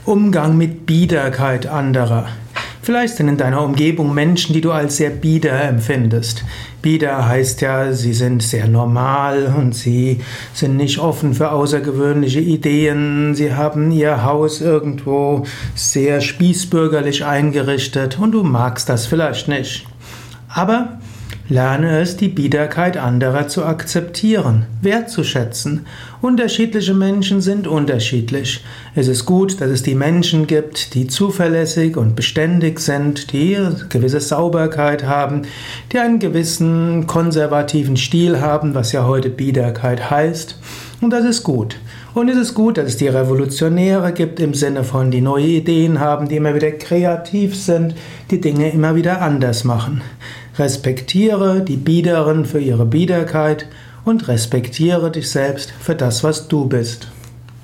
Umgang mit Biederkeit anderer. Vielleicht sind in deiner Umgebung Menschen, die du als sehr bieder empfindest. Bieder heißt ja, sie sind sehr normal und sie sind nicht offen für außergewöhnliche Ideen. Sie haben ihr Haus irgendwo sehr spießbürgerlich eingerichtet und du magst das vielleicht nicht. Aber lerne es, die Biederkeit anderer zu akzeptieren, wertzuschätzen. Unterschiedliche Menschen sind unterschiedlich. Es ist gut, dass es die Menschen gibt, die zuverlässig und beständig sind, die eine gewisse Sauberkeit haben, die einen gewissen konservativen Stil haben, was ja heute Biederkeit heißt. Und das ist gut. Und es ist gut, dass es die Revolutionäre gibt, im Sinne von, die neue Ideen haben, die immer wieder kreativ sind, die Dinge immer wieder anders machen. Respektiere die Biederen für ihre Biederkeit und respektiere dich selbst für das, was du bist.